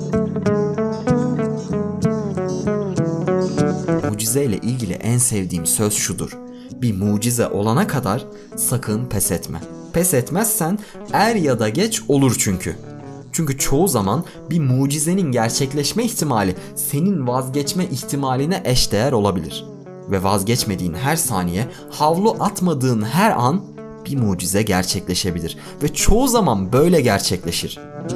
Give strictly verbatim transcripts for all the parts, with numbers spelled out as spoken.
Mucizeyle ilgili en sevdiğim söz şudur: bir mucize olana kadar sakın pes etme. Pes etmezsen er ya da geç olur çünkü. Çünkü çoğu zaman bir mucizenin gerçekleşme ihtimali senin vazgeçme ihtimaline eşdeğer olabilir. Ve vazgeçmediğin her saniye, havlu atmadığın her an bir mucize gerçekleşebilir. Ve çoğu zaman böyle gerçekleşir.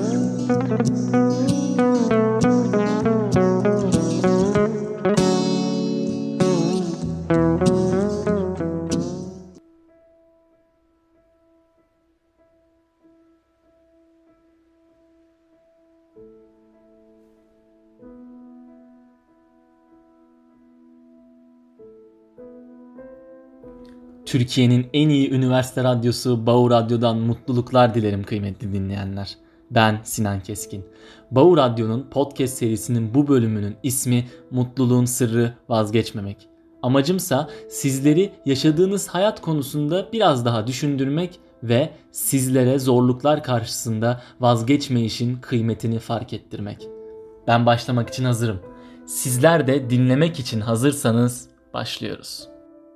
Türkiye'nin en iyi üniversite radyosu Bağ Radyo'dan mutluluklar dilerim kıymetli dinleyenler. Ben Sinan Keskin. Bağ Radyo'nun podcast serisinin bu bölümünün ismi Mutluluğun Sırrı Vazgeçmemek. Amacımsa sizleri yaşadığınız hayat konusunda biraz daha düşündürmek ve sizlere zorluklar karşısında vazgeçmeyişin kıymetini fark ettirmek. Ben başlamak için hazırım. Sizler de dinlemek için hazırsanız başlıyoruz.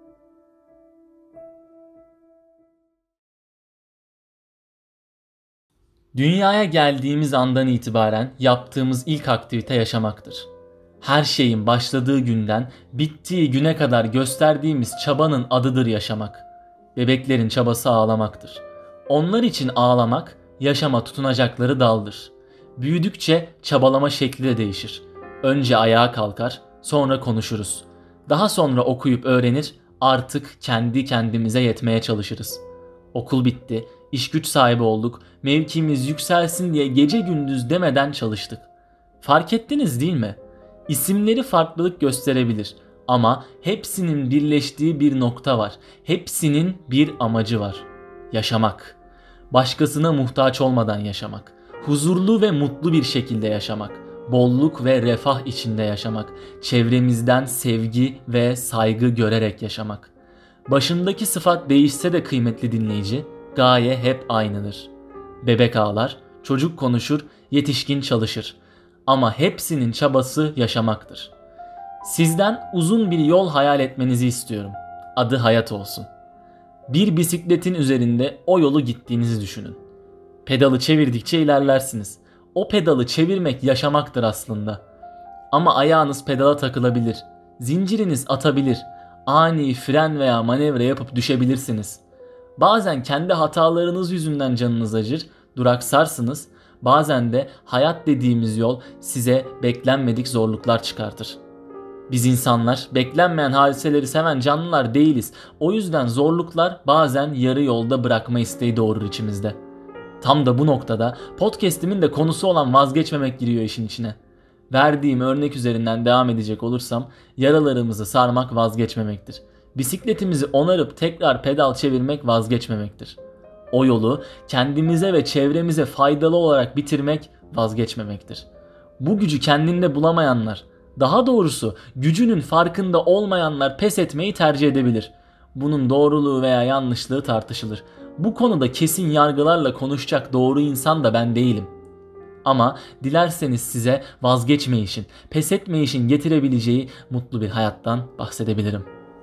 Dünyaya geldiğimiz andan itibaren yaptığımız ilk aktivite yaşamaktır. Her şeyin başladığı günden bittiği güne kadar gösterdiğimiz çabanın adıdır yaşamak. Bebeklerin çabası ağlamaktır. Onlar için ağlamak yaşama tutunacakları daldır. Büyüdükçe çabalama şekli de değişir. Önce ayağa kalkar, sonra konuşuruz. Daha sonra okuyup öğrenir, artık kendi kendimize yetmeye çalışırız. Okul bitti, iş güç sahibi olduk, mevkimiz yükselsin diye gece gündüz demeden çalıştık. Fark ettiniz değil mi? İsimleri farklılık gösterebilir ama hepsinin birleştiği bir nokta var. Hepsinin bir amacı var. Yaşamak. Başkasına muhtaç olmadan yaşamak. Huzurlu ve mutlu bir şekilde yaşamak. Bolluk ve refah içinde yaşamak. Çevremizden sevgi ve saygı görerek yaşamak. Başındaki sıfat değişse de kıymetli dinleyici, gaye hep aynıdır. Bebek ağlar, çocuk konuşur, yetişkin çalışır. Ama hepsinin çabası yaşamaktır. Sizden uzun bir yol hayal etmenizi istiyorum. Adı hayat olsun. Bir bisikletin üzerinde o yolu gittiğinizi düşünün. Pedalı çevirdikçe ilerlersiniz. O pedalı çevirmek yaşamaktır aslında. Ama ayağınız pedala takılabilir. Zinciriniz atabilir. Ani fren veya manevra yapıp düşebilirsiniz. Bazen kendi hatalarınız yüzünden canınız acır, duraksarsınız. Bazen de hayat dediğimiz yol size beklenmedik zorluklar çıkartır. Biz insanlar beklenmeyen hadiseleri seven canlılar değiliz. O yüzden zorluklar bazen yarı yolda bırakma isteği doğurur içimizde. Tam da bu noktada podcast'imin de konusu olan vazgeçmemek giriyor işin içine. Verdiğim örnek üzerinden devam edecek olursam yaralarımızı sarmak vazgeçmemektir. Bisikletimizi onarıp tekrar pedal çevirmek vazgeçmemektir. O yolu kendimize ve çevremize faydalı olarak bitirmek vazgeçmemektir. Bu gücü kendinde bulamayanlar, daha doğrusu gücünün farkında olmayanlar pes etmeyi tercih edebilir. Bunun doğruluğu veya yanlışlığı tartışılır. Bu konuda kesin yargılarla konuşacak doğru insan da ben değilim. Ama dilerseniz size vazgeçmeyişin, pes etmeyişin getirebileceği mutlu bir hayattan bahsedebilirim.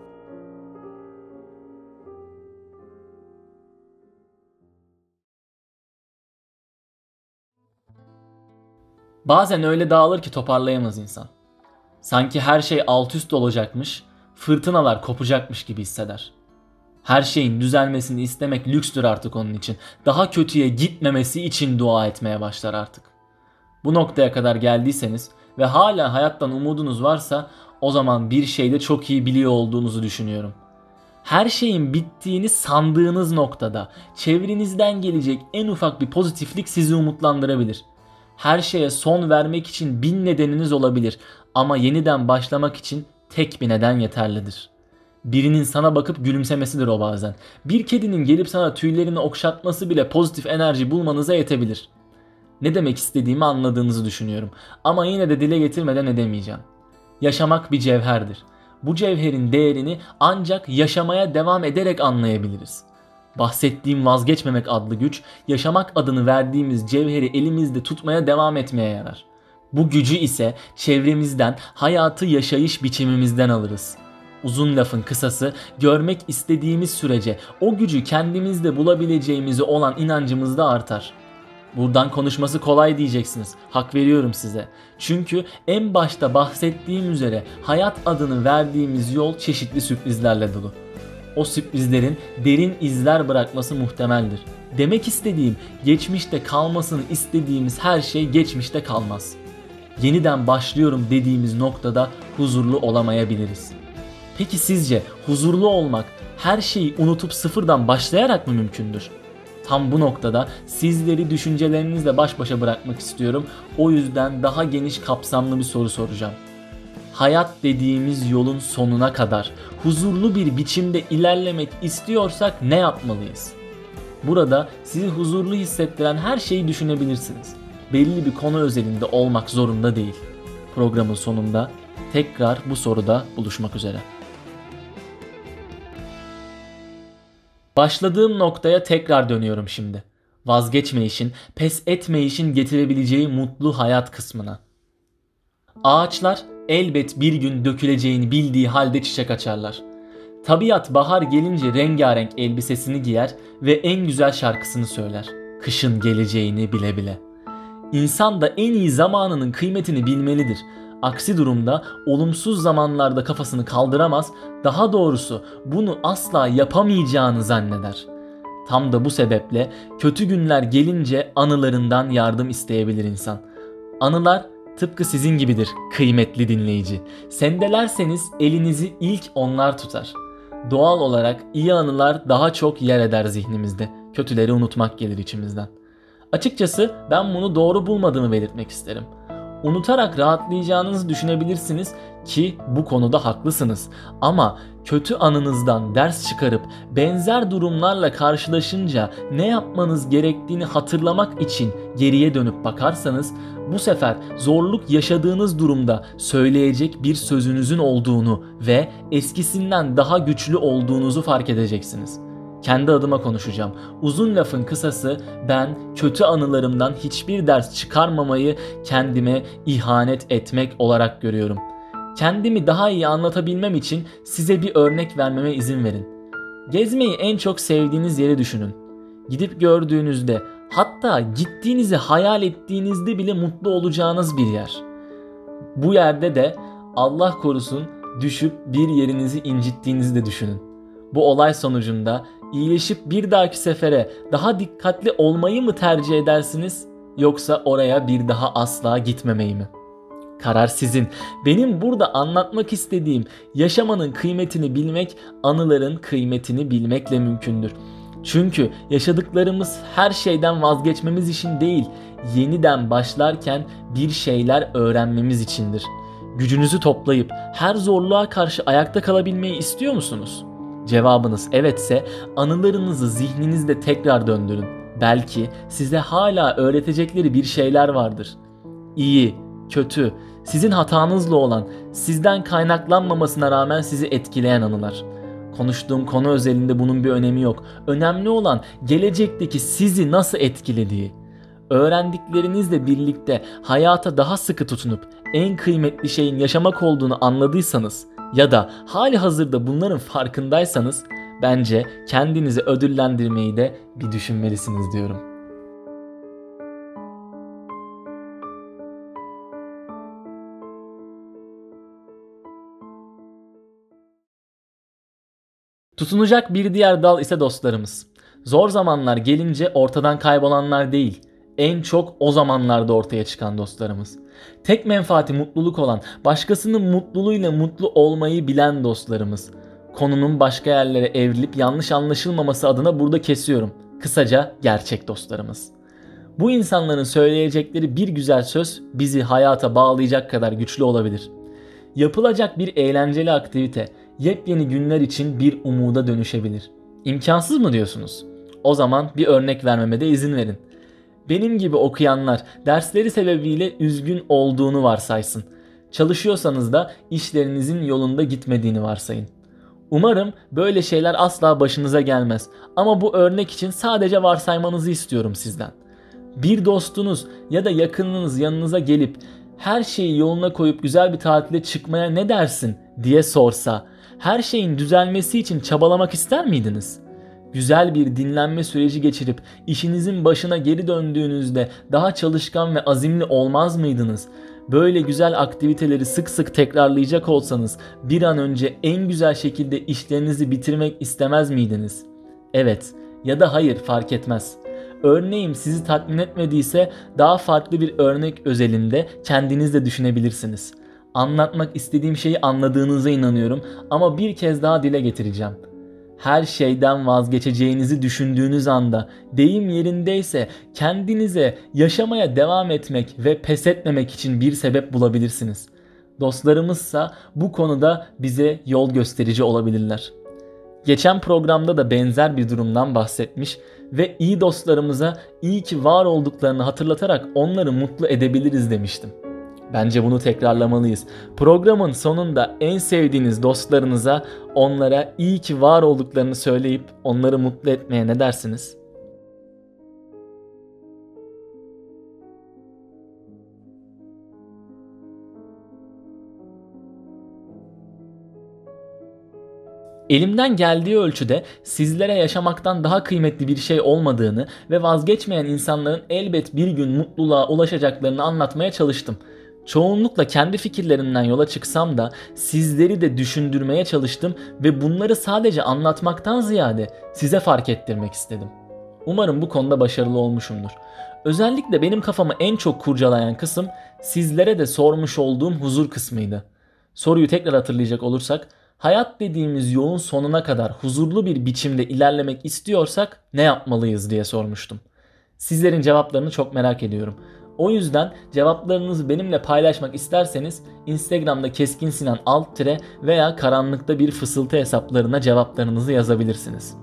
Bazen öyle dağılır ki toparlayamaz insan. Sanki her şey alt üst olacakmış, fırtınalar kopacakmış gibi hisseder. Her şeyin düzelmesini istemek lükstür artık onun için. Daha kötüye gitmemesi için dua etmeye başlar artık. Bu noktaya kadar geldiyseniz ve hala hayattan umudunuz varsa o zaman bir şeyde çok iyi biliyor olduğunuzu düşünüyorum. Her şeyin bittiğini sandığınız noktada çevrenizden gelecek en ufak bir pozitiflik sizi umutlandırabilir. Her şeye son vermek için bin nedeniniz olabilir ama yeniden başlamak için tek bir neden yeterlidir. Birinin sana bakıp gülümsemesidir o bazen. Bir kedinin gelip sana tüylerini okşatması bile pozitif enerji bulmanıza yetebilir. Ne demek istediğimi anladığınızı düşünüyorum ama yine de dile getirmeden edemeyeceğim. Yaşamak bir cevherdir. Bu cevherin değerini ancak yaşamaya devam ederek anlayabiliriz. Bahsettiğim vazgeçmemek adlı güç, yaşamak adını verdiğimiz cevheri elimizde tutmaya devam etmeye yarar. Bu gücü ise çevremizden, hayatı yaşayış biçimimizden alırız. Uzun lafın kısası, görmek istediğimiz sürece o gücü kendimizde bulabileceğimize olan inancımız da artar. Buradan konuşması kolay diyeceksiniz. Hak veriyorum size. Çünkü en başta bahsettiğim üzere hayat adını verdiğimiz yol çeşitli sürprizlerle dolu. O sürprizlerin derin izler bırakması muhtemeldir. Demek istediğim, geçmişte kalmasını istediğimiz her şey geçmişte kalmaz. Yeniden başlıyorum dediğimiz noktada huzurlu olamayabiliriz. Peki sizce huzurlu olmak her şeyi unutup sıfırdan başlayarak mı mümkündür? Tam bu noktada sizleri düşüncelerinizle baş başa bırakmak istiyorum. O yüzden daha geniş kapsamlı bir soru soracağım. Hayat dediğimiz yolun sonuna kadar huzurlu bir biçimde ilerlemek istiyorsak ne yapmalıyız? Burada sizi huzurlu hissettiren her şeyi düşünebilirsiniz. Belli bir konu özelinde olmak zorunda değil. Programın sonunda tekrar bu soruda buluşmak üzere. Başladığım noktaya tekrar dönüyorum şimdi. Vazgeçmeyişin, pes etmeyişin getirebileceği mutlu hayat kısmına. Ağaçlar elbet bir gün döküleceğini bildiği halde çiçek açarlar. Tabiat bahar gelince rengarenk elbisesini giyer ve en güzel şarkısını söyler. Kışın geleceğini bile bile. İnsan da en iyi zamanının kıymetini bilmelidir. Aksi durumda olumsuz zamanlarda kafasını kaldıramaz, daha doğrusu bunu asla yapamayacağını zanneder. Tam da bu sebeple kötü günler gelince anılarından yardım isteyebilir insan. Anılar tıpkı sizin gibidir kıymetli dinleyici. Sendelerseniz elinizi ilk onlar tutar. Doğal olarak iyi anılar daha çok yer eder zihnimizde. Kötüleri unutmak gelir içimizden. Açıkçası ben bunu doğru bulmadığımı belirtmek isterim. Unutarak rahatlayacağınızı düşünebilirsiniz ki bu konuda haklısınız. Ama kötü anınızdan ders çıkarıp benzer durumlarla karşılaşınca ne yapmanız gerektiğini hatırlamak için geriye dönüp bakarsanız bu sefer zorluk yaşadığınız durumda söyleyecek bir sözünüzün olduğunu ve eskisinden daha güçlü olduğunuzu fark edeceksiniz. Kendi adıma konuşacağım. Uzun lafın kısası, ben kötü anılarımdan hiçbir ders çıkarmamayı kendime ihanet etmek olarak görüyorum. Kendimi daha iyi anlatabilmem için size bir örnek vermeme izin verin. Gezmeyi en çok sevdiğiniz yeri düşünün. Gidip gördüğünüzde, hatta gittiğinizi hayal ettiğinizde bile mutlu olacağınız bir yer. Bu yerde de Allah korusun düşüp bir yerinizi incittiğinizi de düşünün. Bu olay sonucunda iyileşip bir dahaki sefere daha dikkatli olmayı mı tercih edersiniz, yoksa oraya bir daha asla gitmemeyi mi? Karar sizin. Benim burada anlatmak istediğim yaşamanın kıymetini bilmek, anıların kıymetini bilmekle mümkündür. Çünkü yaşadıklarımız her şeyden vazgeçmemiz için değil, yeniden başlarken bir şeyler öğrenmemiz içindir. Gücünüzü toplayıp her zorluğa karşı ayakta kalabilmeyi istiyor musunuz? Cevabınız evetse anılarınızı zihninizde tekrar döndürün. Belki size hala öğretecekleri bir şeyler vardır. İyi, kötü, sizin hatanızla olan, sizden kaynaklanmamasına rağmen sizi etkileyen anılar. Konuştuğum konu özelinde bunun bir önemi yok. Önemli olan gelecekteki sizi nasıl etkilediği. Öğrendiklerinizle birlikte hayata daha sıkı tutunup en kıymetli şeyin yaşamak olduğunu anladıysanız ya da hali hazırda bunların farkındaysanız bence kendinizi ödüllendirmeyi de bir düşünmelisiniz diyorum. Tutunacak bir diğer dal ise dostlarımız. Zor zamanlar gelince ortadan kaybolanlar değil, en çok o zamanlarda ortaya çıkan dostlarımız. Tek menfaati mutluluk olan, başkasının mutluluğuyla mutlu olmayı bilen dostlarımız. Konunun başka yerlere evrilip yanlış anlaşılmaması adına burada kesiyorum. Kısaca gerçek dostlarımız. Bu insanların söyleyecekleri bir güzel söz bizi hayata bağlayacak kadar güçlü olabilir. Yapılacak bir eğlenceli aktivite yepyeni günler için bir umuda dönüşebilir. İmkansız mı diyorsunuz? O zaman bir örnek vermeme de izin verin. Benim gibi okuyanlar dersleri sebebiyle üzgün olduğunu varsaysın. Çalışıyorsanız da işlerinizin yolunda gitmediğini varsayın. Umarım böyle şeyler asla başınıza gelmez. Ama bu örnek için sadece varsaymanızı istiyorum sizden. Bir dostunuz ya da yakınınız yanınıza gelip her şeyi yoluna koyup güzel bir tatile çıkmaya ne dersin diye sorsa, her şeyin düzelmesi için çabalamak ister miydiniz? Güzel bir dinlenme süreci geçirip işinizin başına geri döndüğünüzde daha çalışkan ve azimli olmaz mıydınız? Böyle güzel aktiviteleri sık sık tekrarlayacak olsanız bir an önce en güzel şekilde işlerinizi bitirmek istemez miydiniz? Evet ya da hayır, fark etmez. Örneğim sizi tatmin etmediyse daha farklı bir örnek özelinde kendiniz de düşünebilirsiniz. Anlatmak istediğim şeyi anladığınıza inanıyorum ama bir kez daha dile getireceğim. Her şeyden vazgeçeceğinizi düşündüğünüz anda, deyim yerindeyse, kendinize yaşamaya devam etmek ve pes etmemek için bir sebep bulabilirsiniz. Dostlarımızsa bu konuda bize yol gösterici olabilirler. Geçen programda da benzer bir durumdan bahsetmiş ve iyi dostlarımıza iyi ki var olduklarını hatırlatarak onları mutlu edebiliriz demiştim. Bence bunu tekrarlamalıyız. Programın sonunda en sevdiğiniz dostlarınıza onlara iyi ki var olduklarını söyleyip onları mutlu etmeye ne dersiniz? Elimden geldiği ölçüde sizlere yaşamaktan daha kıymetli bir şey olmadığını ve vazgeçmeyen insanların elbet bir gün mutluluğa ulaşacaklarını anlatmaya çalıştım. Çoğunlukla kendi fikirlerimden yola çıksam da sizleri de düşündürmeye çalıştım ve bunları sadece anlatmaktan ziyade size fark ettirmek istedim. Umarım bu konuda başarılı olmuşumdur. Özellikle benim kafamı en çok kurcalayan kısım sizlere de sormuş olduğum huzur kısmıydı. Soruyu tekrar hatırlayacak olursak, hayat dediğimiz yolun sonuna kadar huzurlu bir biçimde ilerlemek istiyorsak ne yapmalıyız diye sormuştum. Sizlerin cevaplarını çok merak ediyorum. O yüzden cevaplarınızı benimle paylaşmak isterseniz Instagram'da Keskin Sinan alt tire veya Karanlıkta Bir Fısıltı hesaplarına cevaplarınızı yazabilirsiniz.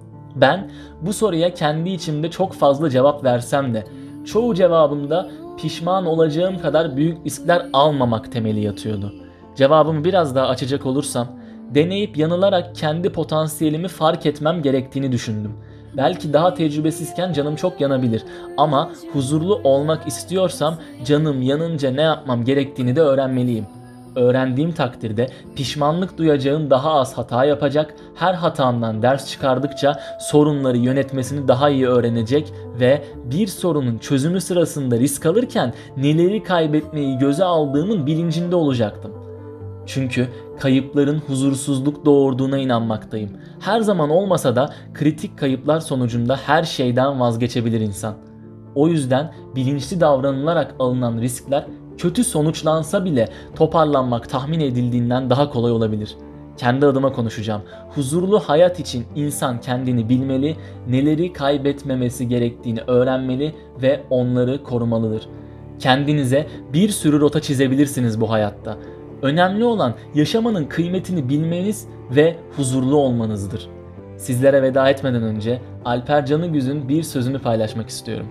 Ben bu soruya kendi içimde çok fazla cevap versem de çoğu cevabımda pişman olacağım kadar büyük riskler almamak temeli yatıyordu. Cevabımı biraz daha açacak olursam, deneyip yanılarak kendi potansiyelimi fark etmem gerektiğini düşündüm. Belki daha tecrübesizken canım çok yanabilir ama huzurlu olmak istiyorsam canım yanınca ne yapmam gerektiğini de öğrenmeliyim. Öğrendiğim takdirde pişmanlık duyacağım daha az hata yapacak, her hatamdan ders çıkardıkça sorunları yönetmesini daha iyi öğrenecek ve bir sorunun çözümü sırasında risk alırken neleri kaybetmeyi göze aldığımın bilincinde olacaktım. Çünkü kayıpların huzursuzluk doğurduğuna inanmaktayım. Her zaman olmasa da kritik kayıplar sonucunda her şeyden vazgeçebilir insan. O yüzden bilinçli davranılarak alınan riskler kötü sonuçlansa bile toparlanmak tahmin edildiğinden daha kolay olabilir. Kendi adıma konuşacağım. Huzurlu hayat için insan kendini bilmeli, neleri kaybetmemesi gerektiğini öğrenmeli ve onları korumalıdır. Kendinize bir sürü rota çizebilirsiniz bu hayatta. Önemli olan yaşamanın kıymetini bilmeniz ve huzurlu olmanızdır. Sizlere veda etmeden önce Alper Canıgüz'ün bir sözünü paylaşmak istiyorum.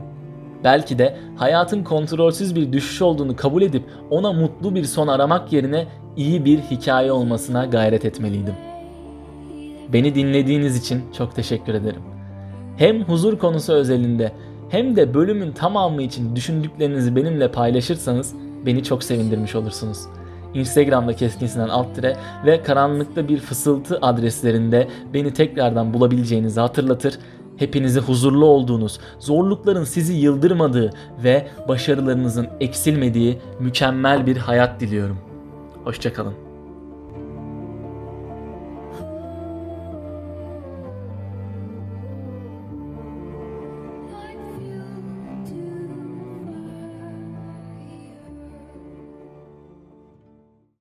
Belki de hayatın kontrolsüz bir düşüş olduğunu kabul edip ona mutlu bir son aramak yerine iyi bir hikaye olmasına gayret etmeliydim. Beni dinlediğiniz için çok teşekkür ederim. Hem huzur konusu özelinde hem de bölümün tamamı için düşündüklerinizi benimle paylaşırsanız beni çok sevindirmiş olursunuz. Instagram'da Keskin Sinan alt tire ve Karanlıkta Bir Fısıltı adreslerinde beni tekrardan bulabileceğinizi hatırlatır. Hepinize huzurlu olduğunuz, zorlukların sizi yıldırmadığı ve başarılarınızın eksilmediği mükemmel bir hayat diliyorum. Hoşça kalın.